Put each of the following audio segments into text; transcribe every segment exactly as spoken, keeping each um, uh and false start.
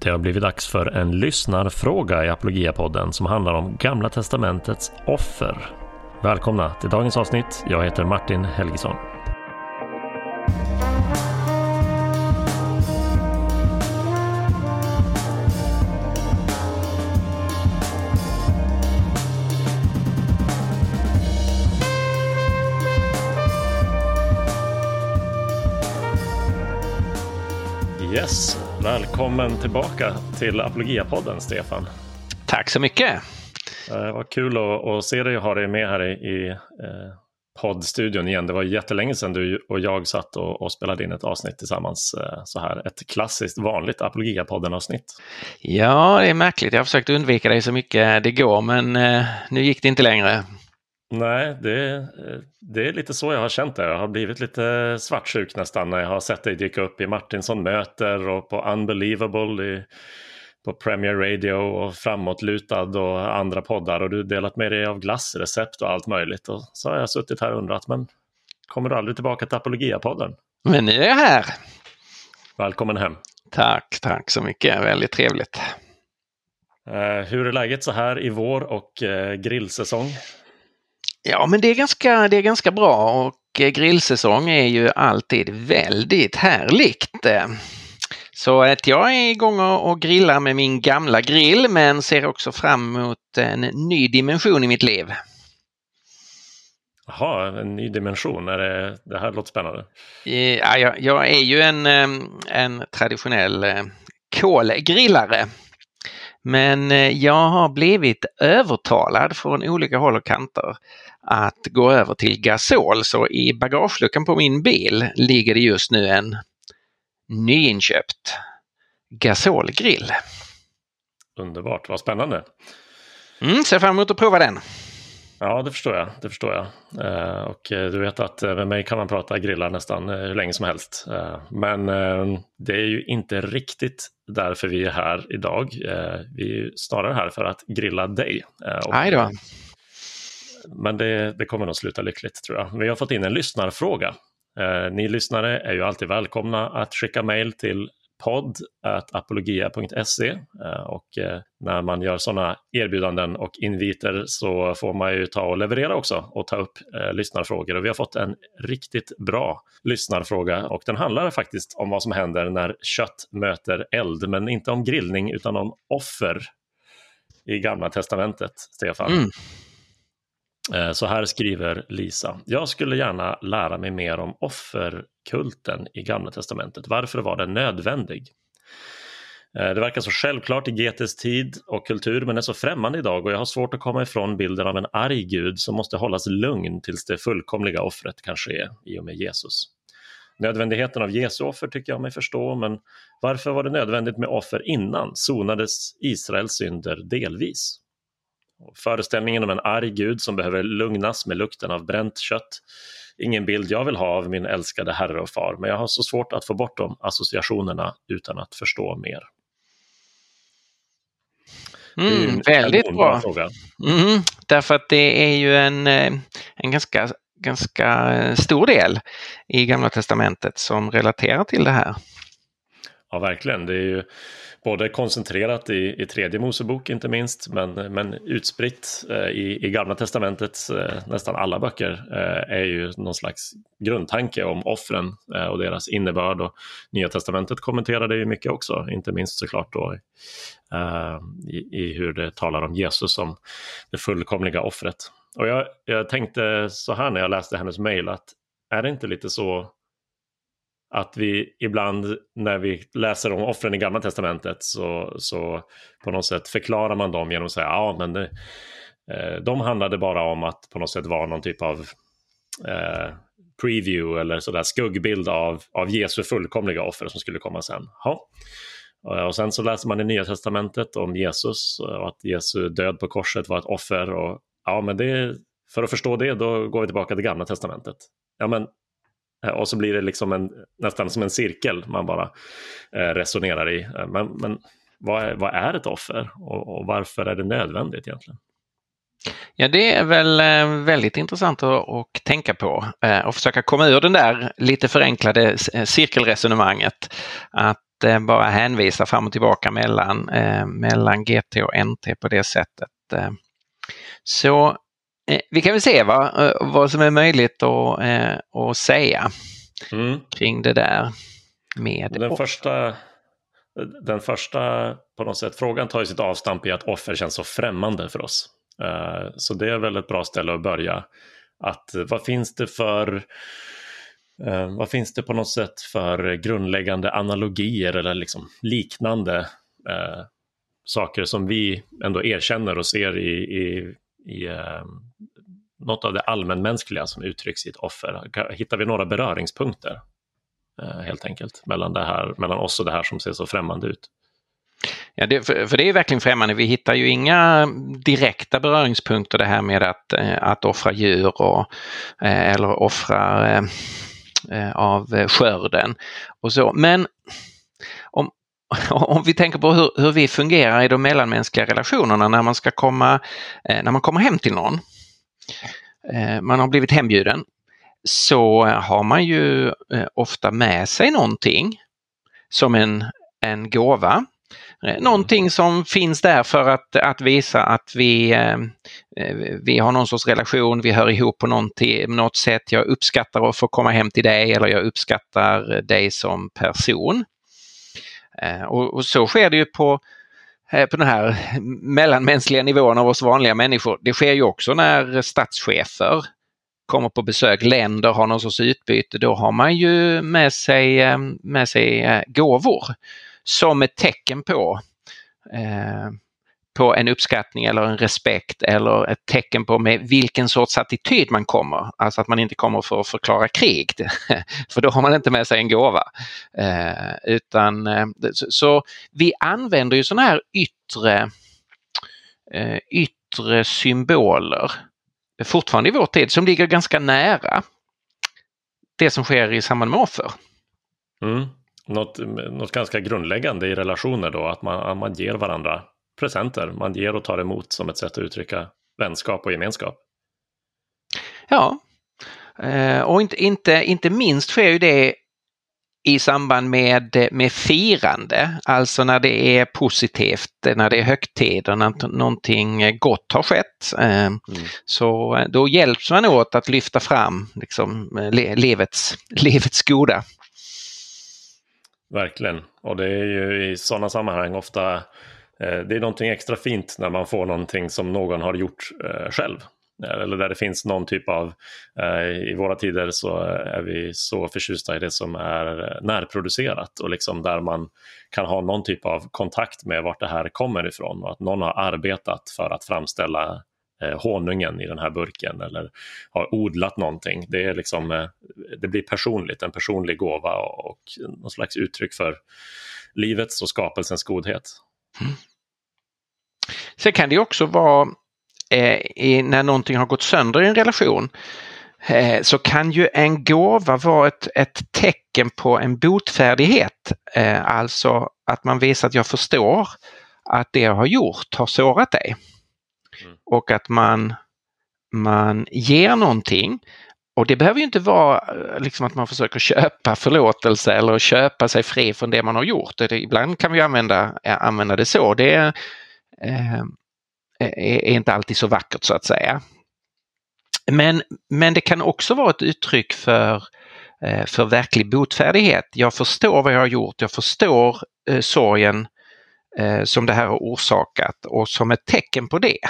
Det har blivit dags för en lyssnarfråga i Apologia-podden som handlar om Gamla testamentets offer. Välkomna till dagens avsnitt. Jag heter Martin Helgesson. Yes, välkommen tillbaka till Apologia-podden, Stefan. Tack så mycket. Det var kul att, att se dig och ha dig med här i, i eh, poddstudion igen. Det var jättelänge sedan du och jag satt och, och spelade in ett avsnitt tillsammans. Eh, så här, ett klassiskt vanligt Apologia-podden-avsnitt. Ja, det är märkligt. Jag har försökt undvika dig så mycket det går, men eh, nu gick det inte längre. Nej, det, det är lite så jag har känt det. Jag har blivit lite svartsjuk nästan när jag har sett dig dyka upp i Martinsson möter och på Unbelievable i, på Premier Radio och Framåtlutad och andra poddar. Och du delat med dig av glassrecept och allt möjligt. Och så har jag suttit här och undrat, men kommer du aldrig tillbaka till Apologia-podden? Men nu är jag här. Välkommen hem. Tack, tack så mycket. Väldigt trevligt. Eh, hur är läget så här i vår och eh, grillsäsong? Ja, men det är ganska, det är ganska bra och grillsäsong är ju alltid väldigt härligt. Så att jag är igång och grillar med min gamla grill, men ser också fram emot en ny dimension i mitt liv. Jaha, en ny dimension. Är det, det här låter spännande. Ja, jag, jag är ju en, en traditionell kolgrillare. Men jag har blivit övertalad från olika håll och kanter att gå över till gasol. Så i bagageluckan på min bil ligger det just nu en nyinköpt gasolgrill. Underbart, vad spännande. Mm, ser fram emot att prova den. Ja, det förstår jag. Det förstår jag. Eh, och du vet att med mig kan man prata grillar nästan hur länge som helst. Eh, men eh, det är ju inte riktigt därför vi är här idag. Eh, vi är snarare här för att grilla dig. Eh, och, Aj då. Men det, det kommer nog sluta lyckligt, tror jag. Vi har fått in en lyssnarfråga. Eh, ni lyssnare är ju alltid välkomna att skicka mejl till podd at apologia punkt se och när man gör sådana erbjudanden och inviter så får man ju ta och leverera också och ta upp eh, lyssnarfrågor. Och vi har fått en riktigt bra lyssnarfråga och den handlar faktiskt om vad som händer när kött möter eld, men inte om grillning utan om offer i Gamla testamentet, Stefan. Mm. Så här skriver Lisa. Jag skulle gärna lära mig mer om offerkulten i Gamla testamentet. Varför var den nödvändig? Det verkar så självklart i G T:s tid och kultur, men är så främmande idag och jag har svårt att komma ifrån bilden av en arg gud som måste hållas lugn tills det fullkomliga offret kan ske i och med Jesus. Nödvändigheten av Jesu offer tycker jag mig förstå, men varför var det nödvändigt med offer innan sonades Israels synder delvis? Föreställningen om en arg gud som behöver lugnas med lukten av bränt kött. Ingen bild jag vill ha av min älskade herre och far, men jag har så svårt att få bort de associationerna utan att förstå mer. Mm, en väldigt bra. Fråga. Mm, därför att det är ju en, en ganska, ganska stor del i Gamla testamentet som relaterar till det här. Ja, verkligen. Det är ju både koncentrerat i, i tredje Mosebok inte minst, men, men utspritt eh, i, i Gamla testamentets eh, nästan alla böcker eh, är ju någon slags grundtanke om offren eh, och deras innebörd. Och Nya testamentet kommenterar det ju mycket också, inte minst såklart då eh, i, i hur det talar om Jesus som det fullkomliga offret. Och jag, jag tänkte så här när jag läste hennes mejl, att är det inte lite så att vi ibland när vi läser om offren i Gamla testamentet så, så på något sätt förklarar man dem genom att säga ja men det, eh, de handlade bara om att på något sätt vara någon typ av eh, preview eller sådär skuggbild av, av Jesu fullkomliga offer som skulle komma sen. Ja. Och sen så läser man i Nya testamentet om Jesus och att Jesu död på korset var ett offer och ja men det, för att förstå det då går vi tillbaka till Gamla testamentet. Ja men och så blir det liksom en, nästan som en cirkel man bara eh, resonerar i. Men, men vad, är, vad är ett offer och, och varför är det nödvändigt egentligen? Ja, det är väl väldigt intressant att, att tänka på och försöka komma ur den där lite förenklade cirkelresonemanget. Att inte bara hänvisa fram och tillbaka mellan, eh, mellan G T och N T på det sättet. Eh, så eh, vi kan väl se va, eh, vad som är möjligt att, eh, att säga mm. kring det där med den första, den första på något sätt frågan tar ju sitt avstamp i att offer känns så främmande för oss. Eh, så det är väl ett bra ställe att börja. Att vad finns det för eh, vad finns det på något sätt för grundläggande analogier eller liksom liknande eh, saker som vi ändå erkänner och ser i, i, i eh, något av det allmänmänskliga som uttrycks i ett offer. Hittar vi några beröringspunkter eh, helt enkelt mellan, det här, mellan oss och det här som ser så främmande ut? Ja, det, för, för det är verkligen främmande. Vi hittar ju inga direkta beröringspunkter det här med att, att offra djur och, eller offra eh, av skörden och så. Men om, om vi tänker på hur, hur vi fungerar i de mellanmänskliga relationerna när man ska komma, när man kommer hem till någon, man har blivit hembjuden, så har man ju ofta med sig någonting som en, en gåva. Någonting som finns där för att, att visa att vi, eh, vi har någon sorts relation, vi hör ihop på något sätt. Jag uppskattar att få komma hem till dig, eller jag uppskattar dig som person. Eh, och, och så sker det ju på, eh, på den här mellanmänskliga nivån av oss vanliga människor. Det sker ju också när statschefer kommer på besök, länder har någon sorts utbyte. Då har man ju med sig, med sig gåvor som ett tecken på, eh, på en uppskattning eller en respekt, eller ett tecken på med vilken sorts attityd man kommer. Alltså att man inte kommer för att förklara krig, för då har man inte med sig en gåva. Eh, utan, eh, så, så vi använder ju sådana här yttre, eh, yttre symboler fortfarande i vår tid som ligger ganska nära det som sker i samband med offer. Mm. Något, något ganska grundläggande i relationer då, att man, man ger varandra presenter. Man ger och tar emot som ett sätt att uttrycka vänskap och gemenskap. Ja, och inte, inte, inte minst sker ju det i samband med, med firande, alltså när det är positivt, när det är högtider, när någonting gott har skett. Mm. Så då hjälps man åt att lyfta fram liksom, livets, livets goda. Verkligen, och det är ju i sådana sammanhang ofta eh, det är någonting extra fint när man får någonting som någon har gjort eh, själv. Eller där det finns någon typ av, eh, i våra tider så är vi så förtjusta i det som är närproducerat och liksom där man kan ha någon typ av kontakt med vart det här kommer ifrån och att någon har arbetat för att framställa eh, honungen i den här burken eller har odlat någonting. Det är liksom, eh, det blir personligt, en personlig gåva och, och någon slags uttryck för livets och skapelsens godhet. Mm. Så kan det också vara Eh, när någonting har gått sönder i en relation, eh, så kan ju en gåva vara ett, ett tecken på en botfärdighet. Eh, alltså att man visar att jag förstår att det jag har gjort har sårat dig. Mm. Och att man, man ger någonting. Och det behöver ju inte vara liksom att man försöker köpa förlåtelse eller köpa sig fri från det man har gjort. Det, ibland kan vi använda, använda det så. Det är eh, är inte alltid så vackert så att säga. Men, men det kan också vara ett uttryck för, för verklig botfärdighet. Jag förstår vad jag har gjort, jag förstår eh, sorgen eh, som det här har orsakat, och som ett tecken på det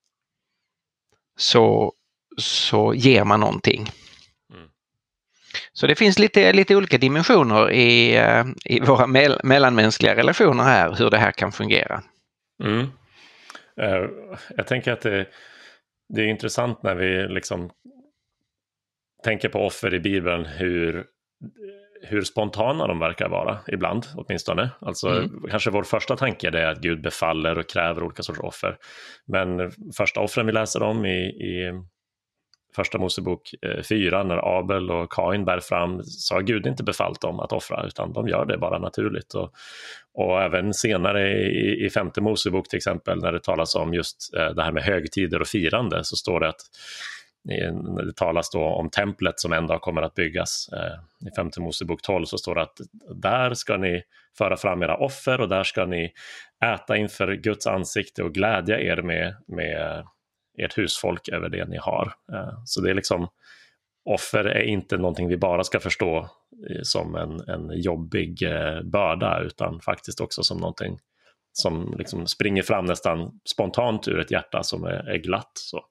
så, så ger man någonting. Mm. Så det finns lite, lite olika dimensioner i, i våra mell- mellanmänskliga relationer här, hur det här kan fungera. Mm. Jag tänker att det, det är intressant när vi liksom tänker på offer i Bibeln, hur, hur spontana de verkar vara ibland åtminstone. Alltså mm. kanske vår första tanke är att Gud befaller och kräver olika sorts offer. Men första offren vi läser om i, i första Mosebok fyra, när Abel och Kain bär fram, så har Gud inte befallt dem att offra, utan de gör det bara naturligt. Och, och även senare i, i femte Mosebok till exempel, när det talas om just det här med högtider och firande, så står det att det talas då om templet som en dag kommer att byggas. I femte Mosebok tolv så står det att där ska ni föra fram era offer och där ska ni äta inför Guds ansikte och glädja er med, med ert husfolk över det ni har. Så det är liksom, offer är inte någonting vi bara ska förstå som en, en jobbig börda, utan faktiskt också som någonting som liksom springer fram nästan spontant ur ett hjärta som är, är glatt. Så.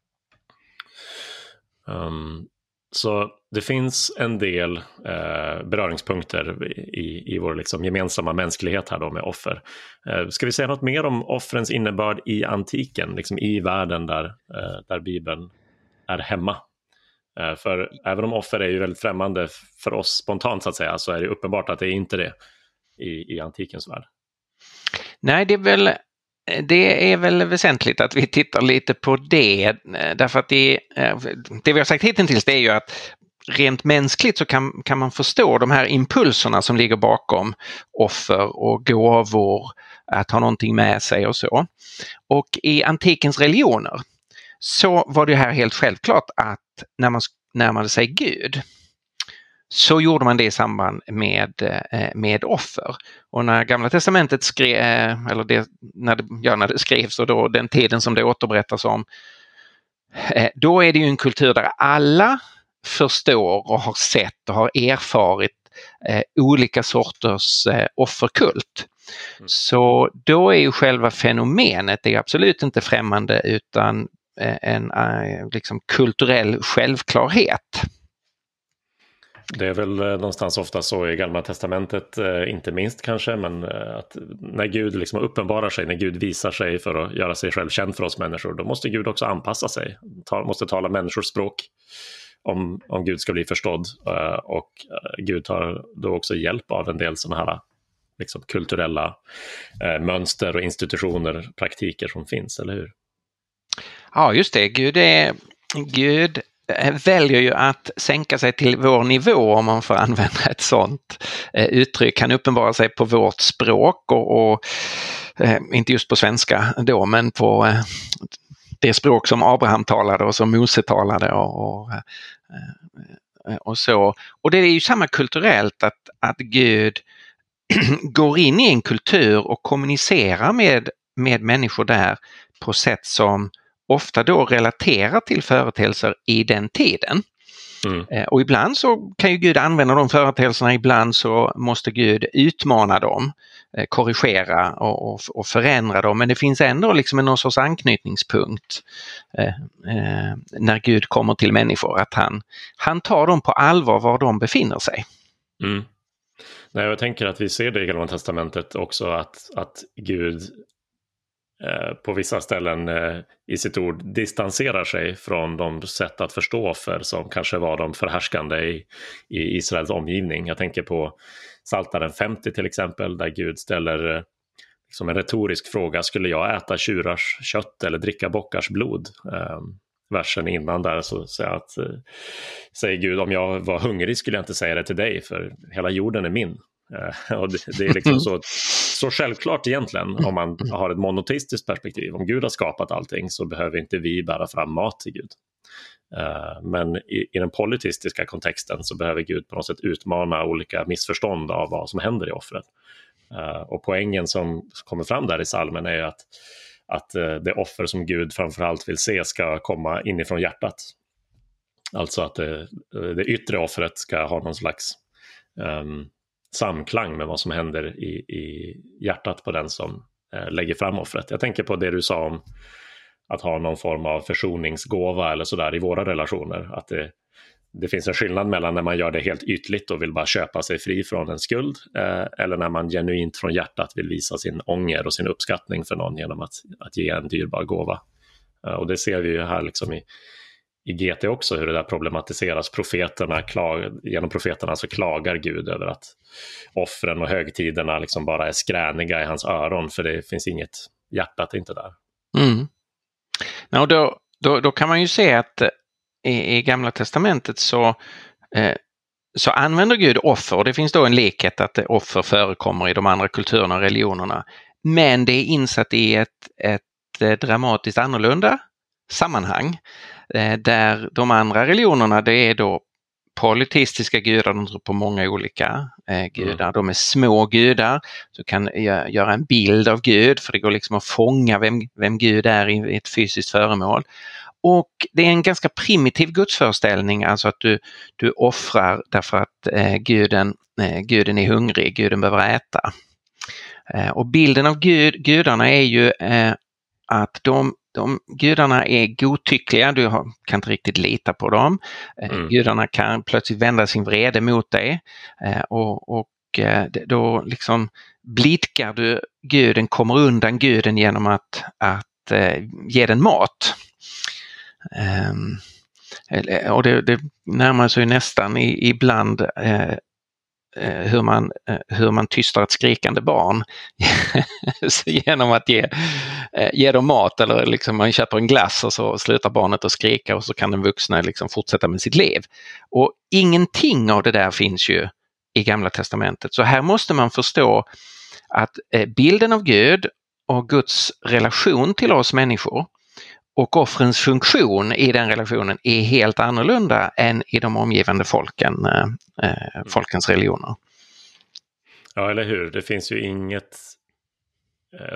Um, så det finns en del eh, beröringspunkter i, i vår liksom gemensamma mänsklighet här då med offer. Eh, ska vi säga något mer om offrens innebörd i antiken, liksom i världen där, eh, där Bibeln är hemma? Eh, för även om offer är ju väldigt främmande för oss spontant så att säga, så är det uppenbart att det är inte det i, i antikens värld. Nej, det är väl Det är väl väsentligt att vi tittar lite på det, därför att det, det vi har sagt hittills det är ju att rent mänskligt så kan, kan man förstå de här impulserna som ligger bakom offer och gåvor, att ha någonting med sig och så. Och i antikens religioner så var det här helt självklart att när man närmade sig Gud så gjorde man det i samband med, med offer. Och när Gamla testamentet skrev, eller det, när, det, ja, när det skrevs och då den tiden som det återberättas om, då är det ju en kultur där alla förstår och har sett och har erfarit eh, olika sorters eh, offerkult. Mm. Så då är ju själva fenomenet det är absolut inte främmande, utan eh, en eh, liksom kulturell självklarhet. Det är väl någonstans ofta så i Gamla testamentet, inte minst kanske, men att när Gud liksom uppenbarar sig, när Gud visar sig för att göra sig själv känd för oss människor, då måste Gud också anpassa sig, Ta, måste tala människors språk om, om Gud ska bli förstådd, och Gud tar då också hjälp av en del sådana här liksom kulturella mönster och institutioner, praktiker som finns, eller hur? Ja, just det. Gud är Gud väljer ju att sänka sig till vår nivå, om man får använda ett sånt eh, uttryck. Han uppenbarar sig på vårt språk och, och eh, inte just på svenska då, men på eh, det språk som Abraham talade och som Mose talade och, och, eh, och så. Och det är ju samma kulturellt att, att Gud går in i en kultur och kommunicerar med, med människor där på sätt som ofta då relaterar till företeelser i den tiden. Mm. Eh, och ibland så kan ju Gud använda de företeelserna, ibland så måste Gud utmana dem, eh, korrigera och, och, och förändra dem. Men det finns ändå liksom en någon sorts anknytningspunkt eh, eh, när Gud kommer till människor, att han, han tar dem på allvar var de befinner sig. Mm. Nej, jag tänker att vi ser det i Gamla testamentet också, att, att Gud på vissa ställen i sitt ord distanserar sig från de sätt att förstå offer som kanske var de förhärskande i, i Israels omgivning. Jag tänker på Psaltaren femtio till exempel, där Gud ställer liksom en retorisk fråga: skulle jag äta tjurars kött eller dricka bockars blod? Um, versen innan där så säger, att, uh, säger Gud, om jag var hungrig skulle jag inte säga det till dig, för hela jorden är min. Uh, och det, det är liksom så, så självklart egentligen, om man har ett monoteistiskt perspektiv. Om Gud har skapat allting så behöver inte vi bära fram mat till Gud. Uh, men i, i den polyteistiska kontexten så behöver Gud på något sätt utmana olika missförstånd av vad som händer i offret. Uh, och poängen som kommer fram där i salmen är att, att uh, det offer som Gud framförallt vill se ska komma inifrån hjärtat. Alltså att det, det yttre offret ska ha någon slags um, samklang med vad som händer i, i hjärtat på den som uh, lägger fram offret. Jag tänker på det du sa om att ha någon form av försoningsgåva eller sådär i våra relationer. Att det, det finns en skillnad mellan när man gör det helt ytligt och vill bara köpa sig fri från en skuld, eh, eller när man genuint från hjärtat vill visa sin ånger och sin uppskattning för någon genom att, att ge en dyrbar gåva. Eh, och det ser vi ju här liksom i, i G T också, hur det där problematiseras. Profeterna klag, genom profeterna så klagar Gud över att offren och högtiderna liksom bara är skräniga i hans öron, för det finns inget, hjärtat inte där. Mm. Ja, då, då, då kan man ju se att i, i Gamla testamentet så, eh, så använder Gud offer, och det finns då en likhet att offer förekommer i de andra kulturerna och religionerna, men det är insatt i ett, ett dramatiskt annorlunda sammanhang. Där de andra religionerna, det är då polyteistiska gudar, de tror på många olika eh, gudar. Mm. De är små gudar, du kan gö- göra en bild av Gud, för det går liksom att fånga vem, vem Gud är i ett fysiskt föremål. Och det är en ganska primitiv gudsföreställning, alltså att du, du offrar därför att eh, guden, eh, guden är hungrig, guden behöver äta. Eh, och bilden av gud, gudarna är ju eh, att de De gudarna är godtyckliga, du har, kan inte riktigt lita på dem. Mm. Gudarna kan plötsligt vända sin vrede mot dig eh, och, och eh, då liksom blidkar du guden, kommer undan guden genom att, att eh, ge den mat. Um, och det, det närmar sig nästan i, ibland eh, hur man, hur man tystar ett skrikande barn genom att ge, ge dem mat, eller liksom man köper en glass och så slutar barnet att skrika och så kan den vuxna liksom fortsätta med sitt liv. Och ingenting av det där finns ju i Gamla testamentet. Så här måste man förstå att bilden av Gud och Guds relation till oss människor och offrens funktion i den relationen är helt annorlunda än i de omgivande folken, eh, folkens religioner. Ja, eller hur? Det finns ju inget... Eh,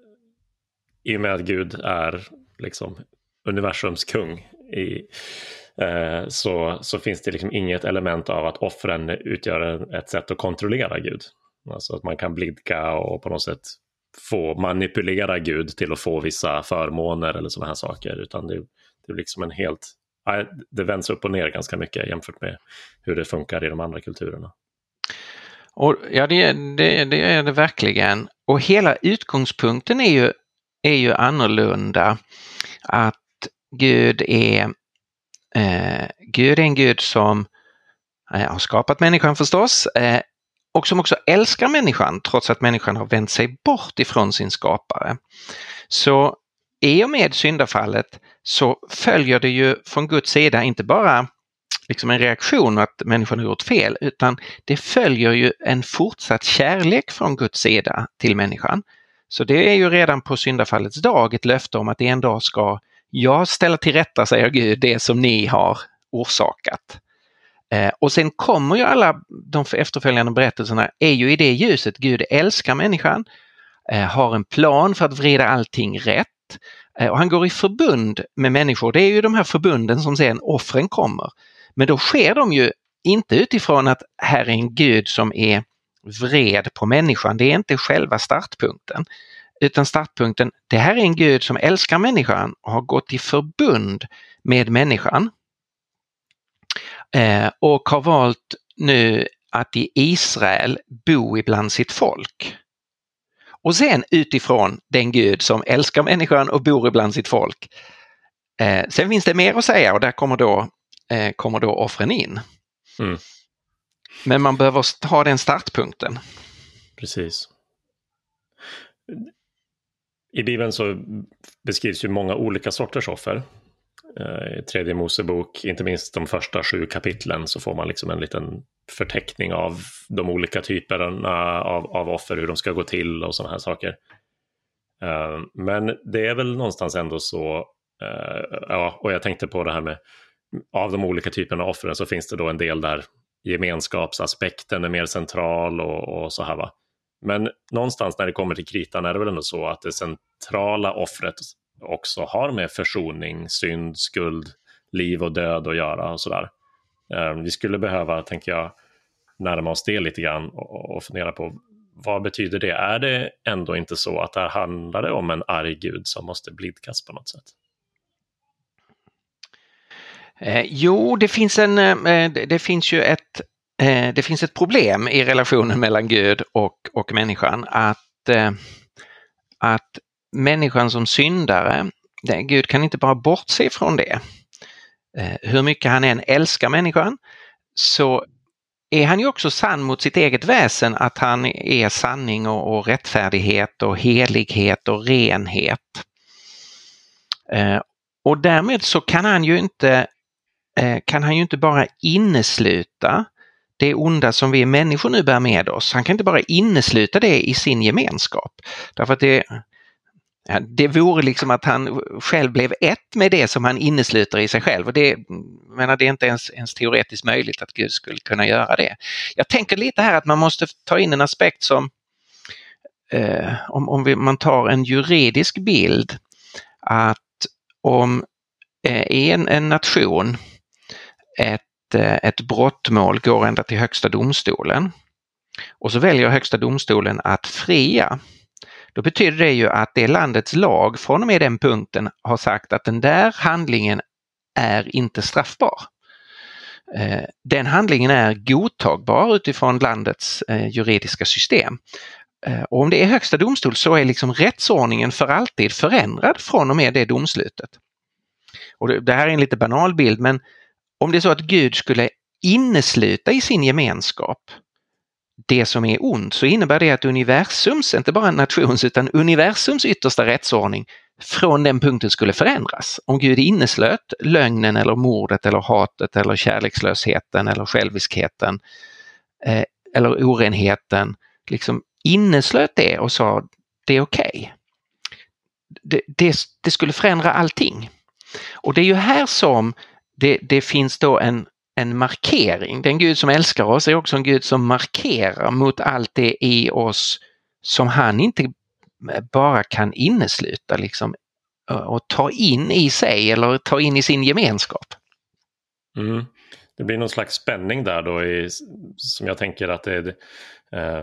I och med att Gud är liksom universums kung i, eh, så, så finns det liksom inget element av att offren utgör ett sätt att kontrollera Gud. Alltså att man kan blidka och på något sätt få manipulera Gud till att få vissa förmåner eller sådana här saker, utan det, det är liksom en helt, det vänds upp och ner ganska mycket jämfört med hur det funkar i de andra kulturerna. Och ja, det, det, det är det verkligen. Och hela utgångspunkten är ju, är ju annorlunda. Att Gud är eh, Gud är en Gud som eh, har skapat människan förstås, eh, och som också älskar människan trots att människan har vänt sig bort ifrån sin skapare. Så i och med syndafallet så följer det ju från Guds sida inte bara liksom en reaktion att människan har gjort fel, utan det följer ju en fortsatt kärlek från Guds sida till människan. Så det är ju redan på syndafallets dag ett löfte om att en dag ska jag ställa till rätta, säger Gud, det som ni har orsakat. Eh, och sen kommer ju alla de efterföljande berättelserna är ju i det ljuset. Gud älskar människan, eh, har en plan för att vrida allting rätt, eh, och han går i förbund med människor. Det är ju de här förbunden som sen offren kommer. Men då sker de ju inte utifrån att här är en Gud som är vred på människan. Det är inte själva startpunkten. Utan startpunkten, det här är en Gud som älskar människan och har gått i förbund med människan. Eh, och har valt nu att i Israel bo ibland sitt folk. Och sen utifrån den Gud som älskar människan och bor ibland sitt folk. Eh, sen finns det mer att säga, och där kommer då, eh, kommer då offren in. Mm. Men man behöver ha den startpunkten. Precis. I Bibeln så beskrivs ju många olika sorters offer. I tredje Mosebok, inte minst de första sju kapitlen, så får man liksom en liten förteckning av de olika typerna av, av offer, hur de ska gå till och sådana här saker. Men det är väl någonstans ändå så, ja, och jag tänkte på det här med, av de olika typerna av offren så finns det då en del där gemenskapsaspekten är mer central och, och så här, va. Men någonstans när det kommer till kritan är det väl ändå så att det centrala offret också har med försoning, synd, skuld, liv och död att göra och sådär. Vi skulle behöva, tänker jag, närma oss det lite grann och, och fundera på vad betyder det? Är det ändå inte så att det här handlar om en arg Gud som måste blidkas på något sätt? Eh, jo, det finns en, eh, det, det finns ju ett eh, det finns ett problem i relationen mellan Gud och, och människan, att, eh, att människan som syndare, det, Gud kan inte bara bortse från det. Eh, hur mycket han än älskar människan, så är han ju också sann mot sitt eget väsen, att han är sanning och, och rättfärdighet och helighet och renhet. Eh, och därmed så kan han ju inte eh, kan han ju inte bara innesluta det onda som vi människor nu bär med oss. Han kan inte bara innesluta det i sin gemenskap. Därför att det, Ja, det vore liksom att han själv blev ett med det som han innesluter i sig själv, och det, menar, det är inte ens, ens teoretiskt möjligt att Gud skulle kunna göra det. Jag tänker lite här att man måste ta in en aspekt som eh, om, om vi, man tar en juridisk bild, att om eh, en, en nation ett, eh, ett brottmål går ända till högsta domstolen och så väljer högsta domstolen att fria, då betyder det ju att det landets lag från och med den punkten har sagt att den där handlingen är inte straffbar. Den handlingen är godtagbar utifrån landets juridiska system. Och om det är högsta domstol så är liksom rättsordningen för alltid förändrad från och med det domslutet. Och det här är en lite banal bild, men om det är så att Gud skulle innesluta i sin gemenskap det som är ont, så innebär det att universums, inte bara en nations utan universums yttersta rättsordning från den punkten skulle förändras. Om Gud inneslöt lögnen eller mordet eller hatet eller kärlekslösheten eller själviskheten eh, eller orenheten, liksom inneslöt det och sa det är okej. Okay. Det, det, det skulle förändra allting. Och det är ju här som det, det finns då en En markering. Den Gud som älskar oss är också en Gud som markerar mot allt det i oss som han inte bara kan innesluta liksom, och ta in i sig eller ta in i sin gemenskap. Mm. Det blir någon slags spänning där då i, som jag tänker att det är eh,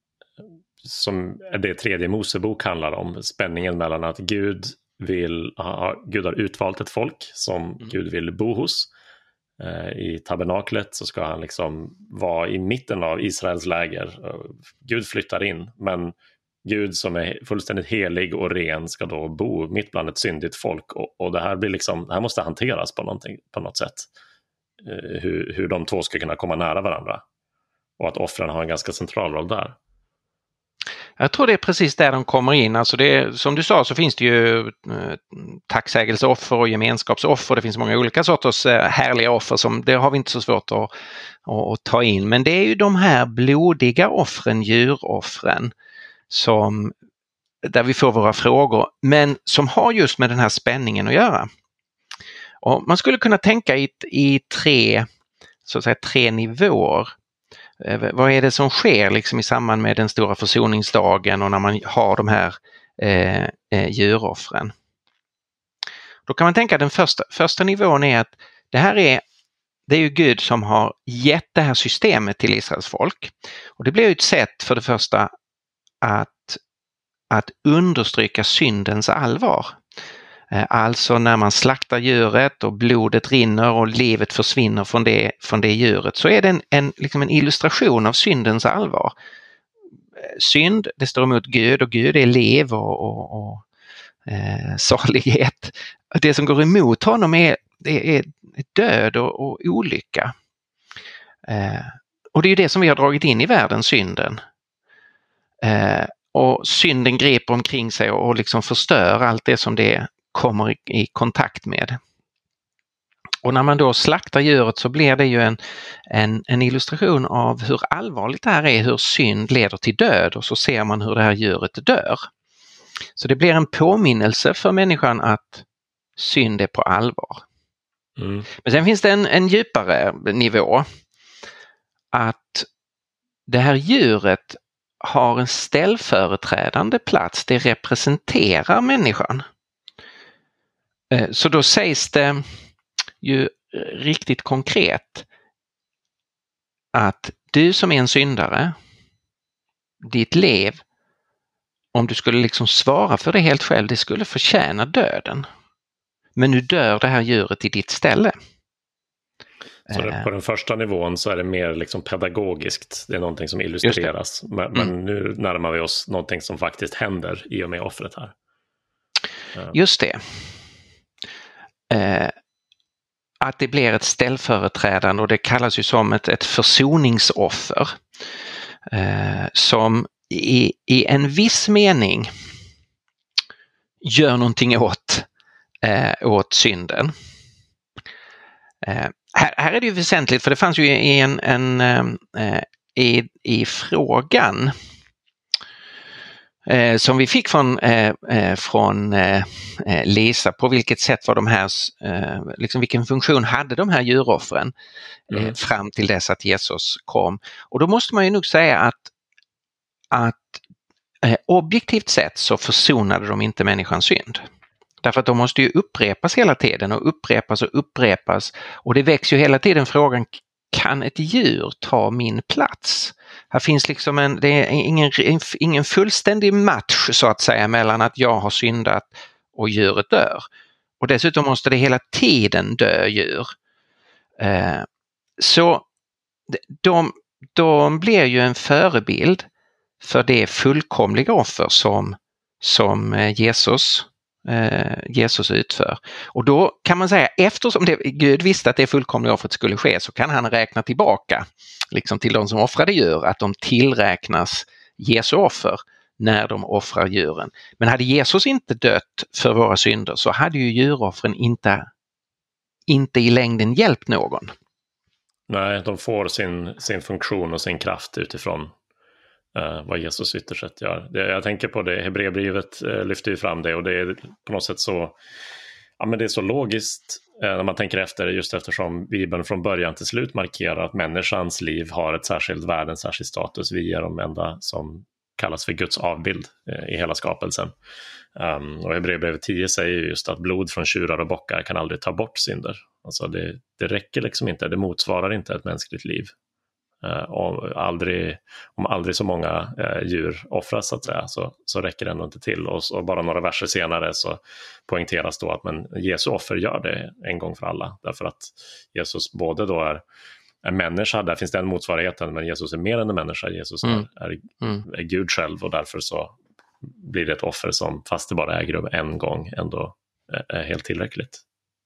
som det tredje Mosebok handlar om. Spänningen mellan att Gud vill ha, Gud har utvalt ett folk som mm. Gud vill bo hos. I tabernaklet så ska han liksom vara i mitten av Israels läger. Gud flyttar in, men Gud som är fullständigt helig och ren ska då bo mitt bland ett syndigt folk, och, och det här blir liksom, det här måste hanteras på, på något sätt, hur, hur de två ska kunna komma nära varandra, och att offren har en ganska central roll där. Jag tror det är precis där de kommer in. Alltså det, som du sa så finns det ju eh, tacksägelseoffer och gemenskapsoffer. Det finns många olika sorters eh, härliga offer som det har vi inte så svårt att, att, att ta in. Men det är ju de här blodiga offren, djuroffren, som, där vi får våra frågor, men som har just med den här spänningen att göra. Och man skulle kunna tänka i, i tre, så att säga, tre nivåer. Vad är det som sker liksom i samband med den stora försoningsdagen och när man har de här eh, eh, djuroffren? Då kan man tänka att den första, första nivån är att det här är, det är ju Gud som har gett det här systemet till Israels folk. Och det blir ju ett sätt för det första att, att understryka syndens allvar. Alltså när man slaktar djuret och blodet rinner och livet försvinner från det, från det djuret, så är det en, en, liksom en illustration av syndens allvar. Synd, det står emot Gud, och Gud är liv och, och, och eh, salighet. Det som går emot honom är, det är död och, och olycka. Eh, och det är det som vi har dragit in i världen, synden. Eh, och synden griper omkring sig och, och liksom förstör allt det som det kommer i, i kontakt med. Och när man då slaktar djuret så blir det ju en, en, en illustration av hur allvarligt det här är, hur synd leder till död, och så ser man hur det här djuret dör. Så det blir en påminnelse för människan att synd är på allvar. Mm. Men sen finns det en, en djupare nivå, att det här djuret har en ställföreträdande plats, det representerar människan. Så då sägs det ju riktigt konkret att du som är en syndare, ditt liv, om du skulle liksom svara för det helt själv, det skulle förtjäna döden. Men nu dör det här djuret i ditt ställe. Så det, på den första nivån så är det mer liksom pedagogiskt, det är någonting som illustreras. Men, men mm. nu närmar vi oss någonting som faktiskt händer i och med offret här. Just det. Eh, att det blir ett ställföreträdande, och det kallas ju som ett, ett försoningsoffer eh, som i, i en viss mening gör någonting åt, eh, åt synden. Eh, här, här är det ju väsentligt, för det fanns ju i, en, en, eh, i, i frågan eh, som vi fick från, eh, eh, från eh, Lisa. På vilket sätt var de här, eh, liksom vilken funktion hade de här djuroffren eh, mm. fram till dess att Jesus kom? Och då måste man ju nog säga att, att eh, objektivt sett så försonade de inte människans synd. Därför att de måste ju upprepas hela tiden och upprepas och upprepas. Och det väcks ju hela tiden frågan, kan ett djur ta min plats? Här finns liksom en, det är ingen, ingen fullständig match så att säga mellan att jag har syndat och djuret dör. Och dessutom måste det hela tiden dö djur. Eh, så de, de blir ju en förebild för det fullkomliga offer som, som Jesus Jesus utför. Och då kan man säga, eftersom det, Gud visste att det fullkomliga offret skulle ske, så kan han räkna tillbaka liksom till de som offrade djur, att de tillräknas Jesu offer när de offrar djuren. Men hade Jesus inte dött för våra synder så hade ju djuroffren inte, inte i längden hjälpt någon. Nej, de får sin, sin funktion och sin kraft utifrån Uh, vad Jesus ytterst sett gör. Det, jag tänker på det, Hebreerbrevet uh, lyfter ju fram det, och det är på något sätt så, ja, men det är så logiskt uh, när man tänker efter, just eftersom Bibeln från början till slut markerar att människans liv har ett särskilt värde, en särskild status. Vi är de enda som kallas för Guds avbild uh, i hela skapelsen. Um, och Hebreerbrevet tio säger just att blod från tjurar och bockar kan aldrig ta bort synder. Alltså det, det räcker liksom inte, det motsvarar inte ett mänskligt liv. Uh, om, aldrig, om aldrig så många uh, djur offras så att säga, så, så räcker det ändå inte till. Och, och bara några verser senare så poängteras då att men Jesu offer gör det en gång för alla. Därför att Jesus både då är en människa, där finns den motsvarigheten, men Jesus är mer än en människa. Jesus mm. är, är, mm. är Gud själv, och därför så blir det ett offer som, fast det bara äger rum en gång, ändå är, är helt tillräckligt.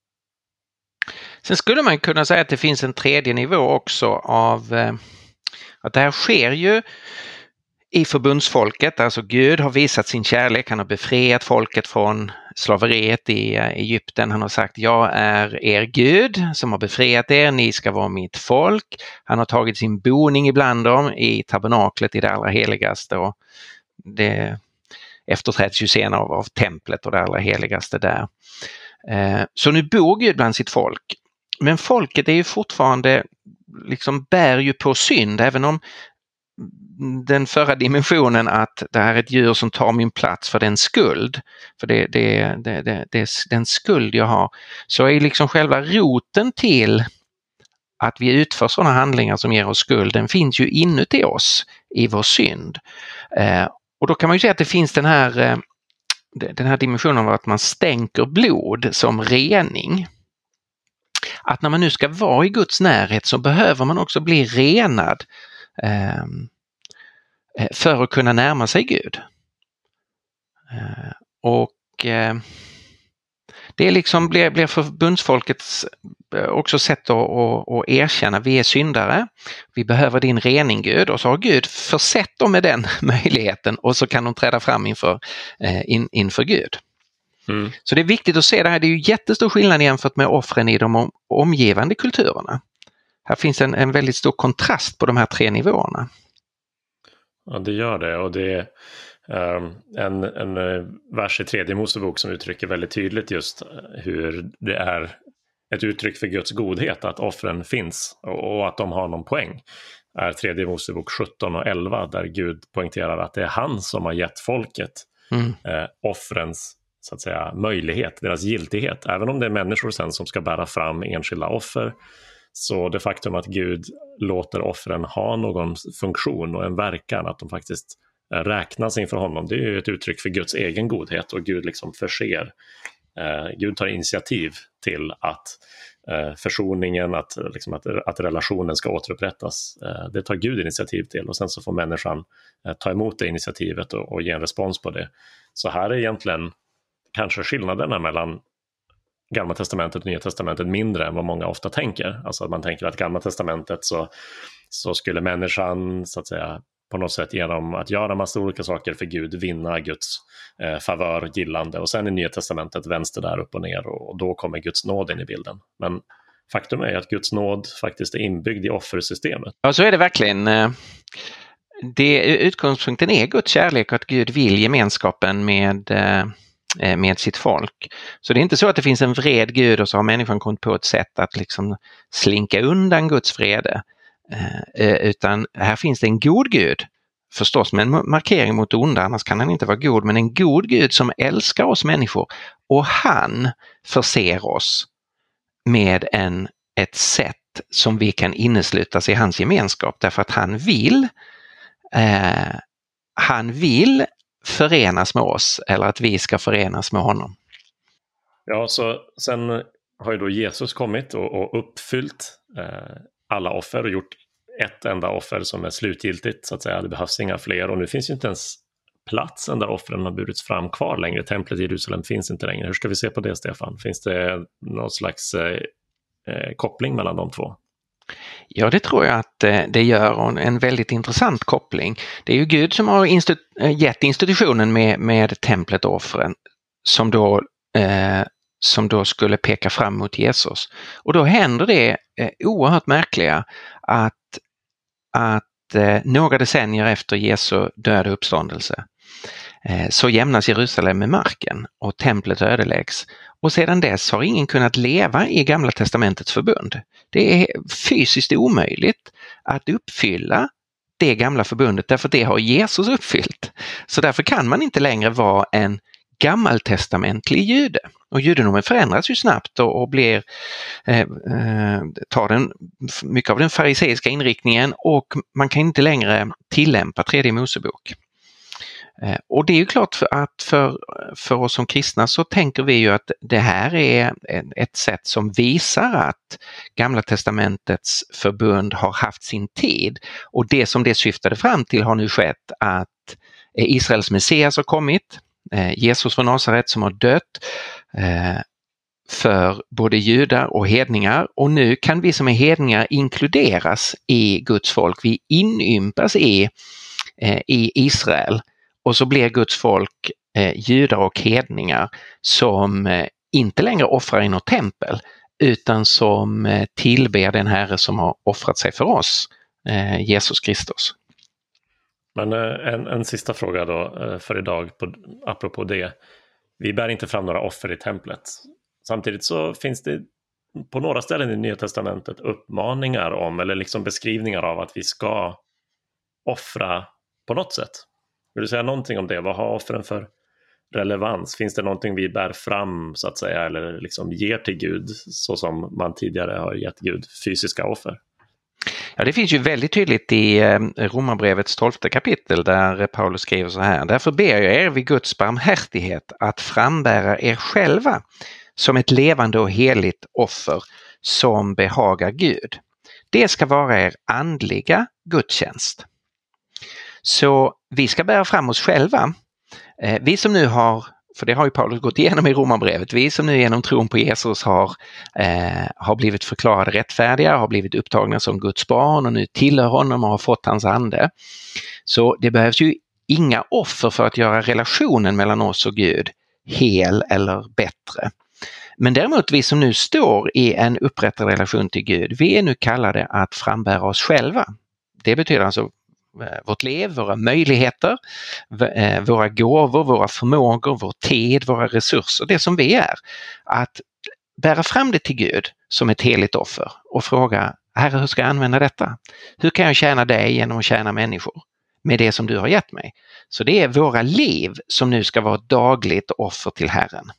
Sen skulle man kunna säga att det finns en tredje nivå också av eh, att det här sker ju i förbundsfolket. Alltså Gud har visat sin kärlek, han har befriat folket från slaveriet i eh, Egypten. Han har sagt, jag är er Gud som har befriat er, ni ska vara mitt folk. Han har tagit sin boning ibland dem i tabernaklet i det allra heligaste, och det efterträds ju senare av, av templet och det allra heligaste där. Eh, så nu bor Gud bland sitt folk. Men folket är ju fortfarande, liksom bär ju på synd, även om den förra dimensionen att det här är ett djur som tar min plats för den skuld, för det, det, det, det, det är den skuld jag har, så är liksom själva roten till att vi utför sådana handlingar som ger oss skuld, den finns ju inuti oss i vår synd. Eh, och då kan man ju säga att det finns den här, eh, den här dimensionen av att man stänker blod som rening. Att när man nu ska vara i Guds närhet så behöver man också bli renad eh, för att kunna närma sig Gud. Eh, och eh, det liksom blir, blir förbundsfolkets också sätt att, att, att erkänna, vi är syndare, vi behöver din rening Gud, och så har Gud försett dem med den möjligheten, och så kan de träda fram inför, eh, in, inför Gud. Mm. Så det är viktigt att se det här, det är ju jättestor skillnad jämfört med offren i de omgivande kulturerna. Här finns en, en väldigt stor kontrast på de här tre nivåerna. Ja, det gör det, och det är um, en, en vers i tredje Mosebok som uttrycker väldigt tydligt just hur det är ett uttryck för Guds godhet att offren finns, och, och att de har någon poäng. Är tredje Mosebok sjutton och elva, där Gud poängterar att det är han som har gett folket mm. eh, offrens så att säga möjlighet, deras giltighet. Även om det är människor sen som ska bära fram enskilda offer, så det faktum att Gud låter offren ha någon funktion och en verkan, att de faktiskt räknas inför honom, det är ju ett uttryck för Guds egen godhet, och Gud liksom förser, eh, Gud tar initiativ till att eh, försoningen, att, liksom att, att relationen ska återupprättas. Eh, det tar Gud initiativ till, och sen så får människan eh, ta emot det initiativet och, och ge en respons på det. Så här är egentligen kanske skillnaderna mellan Gamla testamentet och Nya testamentet mindre än vad många ofta tänker. Alltså att man tänker att Gamla testamentet så, så skulle människan så att säga på något sätt genom att göra massa olika saker för Gud vinna Guds eh, favör och gillande. Och sen i Nya testamentet vänster där upp och ner, och, och då kommer Guds nåd in i bilden. Men faktum är att Guds nåd faktiskt är inbyggd i offersystemet. Ja, så är det verkligen. det, utgångspunkten är Guds kärlek och att Gud vill gemenskapen med, med sitt folk. Så det är inte så att det finns en vred Gud och så har människan kommit på ett sätt att liksom slinka undan Guds vrede. Utan här finns det en god Gud, förstås med en markering mot onda, annars kan han inte vara god, men en god Gud som älskar oss människor, och han förser oss med en, ett sätt som vi kan inneslutas i hans gemenskap, därför att han vill eh, han vill förenas med oss, eller att vi ska förenas med honom. Ja, så sen har ju då Jesus kommit och, och uppfyllt eh, alla offer och gjort ett enda offer som är slutgiltigt, så att säga. Det behövs inga fler, och nu finns ju inte ens platsen där offren har burits fram kvar längre. Templet i Jerusalem finns inte längre. Hur ska vi se på det, Stefan? Finns det någon slags eh, koppling mellan de två? Ja, det tror jag att eh, det gör, en väldigt intressant koppling. Det är ju Gud som har institu- gett institutionen med, med templet och offren som då, eh, som då skulle peka fram mot Jesus. Och då händer det eh, oerhört märkliga att, att eh, några decennier efter Jesu död och uppståndelse eh, så jämnas Jerusalem med marken och templet ödeläggs. Och sedan dess har ingen kunnat leva i Gamla testamentets förbund. Det är fysiskt omöjligt att uppfylla det gamla förbundet, därför det har Jesus uppfyllt. Så därför kan man inte längre vara en gammaltestamentlig jude. Och judendomen förändras ju snabbt och, och blir, eh, eh, tar den, mycket av den fariseiska inriktningen, och man kan inte längre tillämpa tredje Mosebok. Och det är ju klart för att för, för oss som kristna så tänker vi ju att det här är ett sätt som visar att Gamla testamentets förbund har haft sin tid, och det som det syftade fram till har nu skett, att Israels Messias har kommit, Jesus från Nasaret som har dött för både judar och hedningar, och nu kan vi som är hedningar inkluderas i Guds folk. Vi inympas i, i Israel. Och så blir Guds folk eh, judar och hedningar som eh, inte längre offrar i något tempel, utan som eh, tillber den Herre som har offrat sig för oss, eh, Jesus Kristus. Men eh, en, en sista fråga då eh, för idag, på, apropå det. Vi bär inte fram några offer i templet. Samtidigt så finns det på några ställen i Nya testamentet uppmaningar om, eller liksom beskrivningar av att vi ska offra på något sätt. Vill du säga någonting om det? Vad har offren för relevans? Finns det någonting vi bär fram, så att säga, eller liksom ger till Gud så som man tidigare har gett Gud fysiska offer? Ja, det finns ju väldigt tydligt i Romarbrevets tolfte kapitel där Paulus skriver så här: därför ber jag er vid Guds barmhärtighet att frambära er själva som ett levande och heligt offer som behagar Gud. Det ska vara er andliga gudstjänst. Så vi ska bära fram oss själva. Vi som nu har, för det har ju Paulus gått igenom i Romarbrevet, vi som nu genom tron på Jesus har, eh, har blivit förklarade rättfärdiga, har blivit upptagna som Guds barn och nu tillhör honom och har fått hans ande. Så det behövs ju inga offer för att göra relationen mellan oss och Gud hel eller bättre. Men däremot vi som nu står i en upprättad relation till Gud, vi är nu kallade att frambära oss själva. Det betyder alltså vårt liv, våra möjligheter, våra gåvor, våra förmågor, vår tid, våra resurser, det som vi är. Att bära fram det till Gud som ett heligt offer och fråga: Herre, hur ska jag använda detta? Hur kan jag tjäna dig genom att tjäna människor med det som du har gett mig? Så det är våra liv som nu ska vara ett dagligt offer till Herren.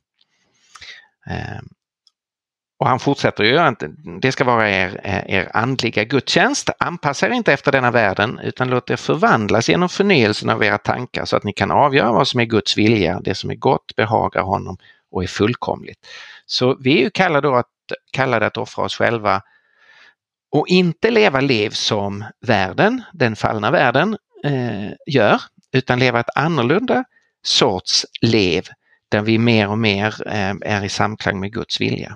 Och han fortsätter ju att det ska vara er, er andliga gudstjänst. Anpassa er inte efter denna världen, utan låt er förvandlas genom förnyelsen av era tankar så att ni kan avgöra vad som är Guds vilja, det som är gott, behagar honom och är fullkomligt. Så vi är ju kallade, då att, kallade att offra oss själva och inte leva liv som världen, den fallna världen, eh, gör, utan leva ett annorlunda sorts liv där vi mer och mer eh, är i samklang med Guds vilja.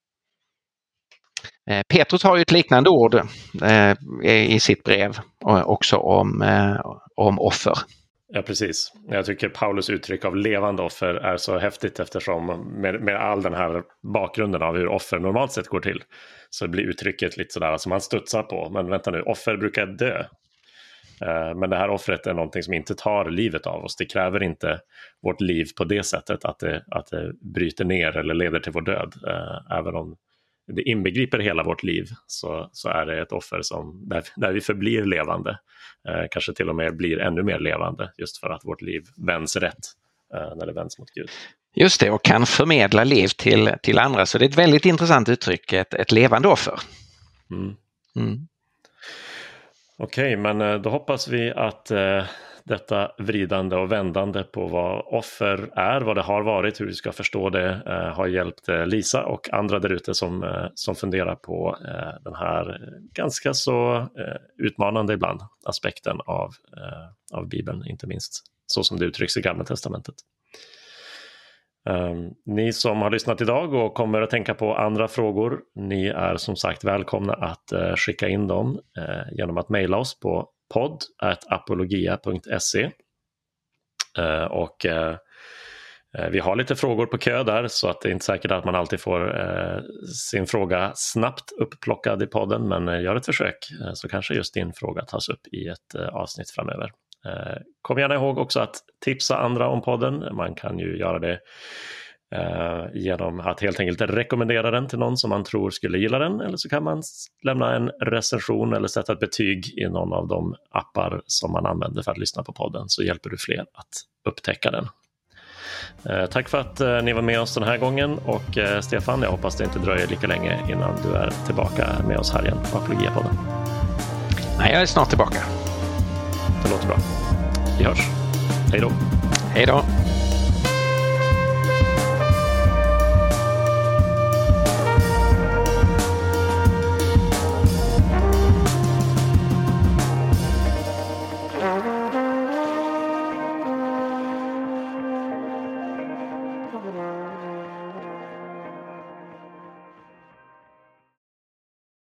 Petrus har ju ett liknande ord eh, i sitt brev också om, eh, om offer. Ja, precis. Jag tycker Paulus uttryck av levande offer är så häftigt, eftersom med, med all den här bakgrunden av hur offer normalt sett går till, så blir uttrycket lite sådär som man studsar på. Men vänta nu, offer brukar dö. Men det här offret är någonting som inte tar livet av oss. Det kräver inte vårt liv på det sättet att det, att det bryter ner eller leder till vår död. Även om det inbegriper hela vårt liv, så, så är det ett offer som, där, där vi förblir levande. Kanske till och med blir ännu mer levande, just för att vårt liv vänds rätt när det vänds mot Gud. Just det, och kan förmedla liv till, till andra. Så det är ett väldigt intressant uttryck, ett, ett levande offer. Mm. Mm. Okej, men då hoppas vi att eh, detta vridande och vändande på vad offer är, vad det har varit, hur vi ska förstå det, eh, har hjälpt eh, Lisa och andra där ute som, eh, som funderar på eh, den här ganska så eh, utmanande ibland aspekten av, eh, av Bibeln, inte minst så som det uttrycks i Gamla testamentet. Um, ni som har lyssnat idag och kommer att tänka på andra frågor, ni är som sagt välkomna att uh, skicka in dem uh, genom att mejla oss på podd at apologia punkt se. uh, och uh, vi har lite frågor på kö där, så att det är inte säkert att man alltid får uh, sin fråga snabbt uppplockad i podden, men uh, gör ett försök uh, så kanske just din fråga tas upp i ett uh, avsnitt framöver. Kom gärna ihåg också att tipsa andra om podden. Man kan ju göra det eh, genom att helt enkelt rekommendera den till någon som man tror skulle gilla den, eller så kan man lämna en recension eller sätta ett betyg i någon av de appar som man använder för att lyssna på podden, så hjälper du fler att upptäcka den. Eh, tack för att eh, ni var med oss den här gången, och eh, Stefan, jag hoppas det inte dröjer lika länge innan du är tillbaka med oss här igen på Apologia-podden. Nej, jag är snart tillbaka. Det låter bra. Vi hörs. Hej då. Hej då.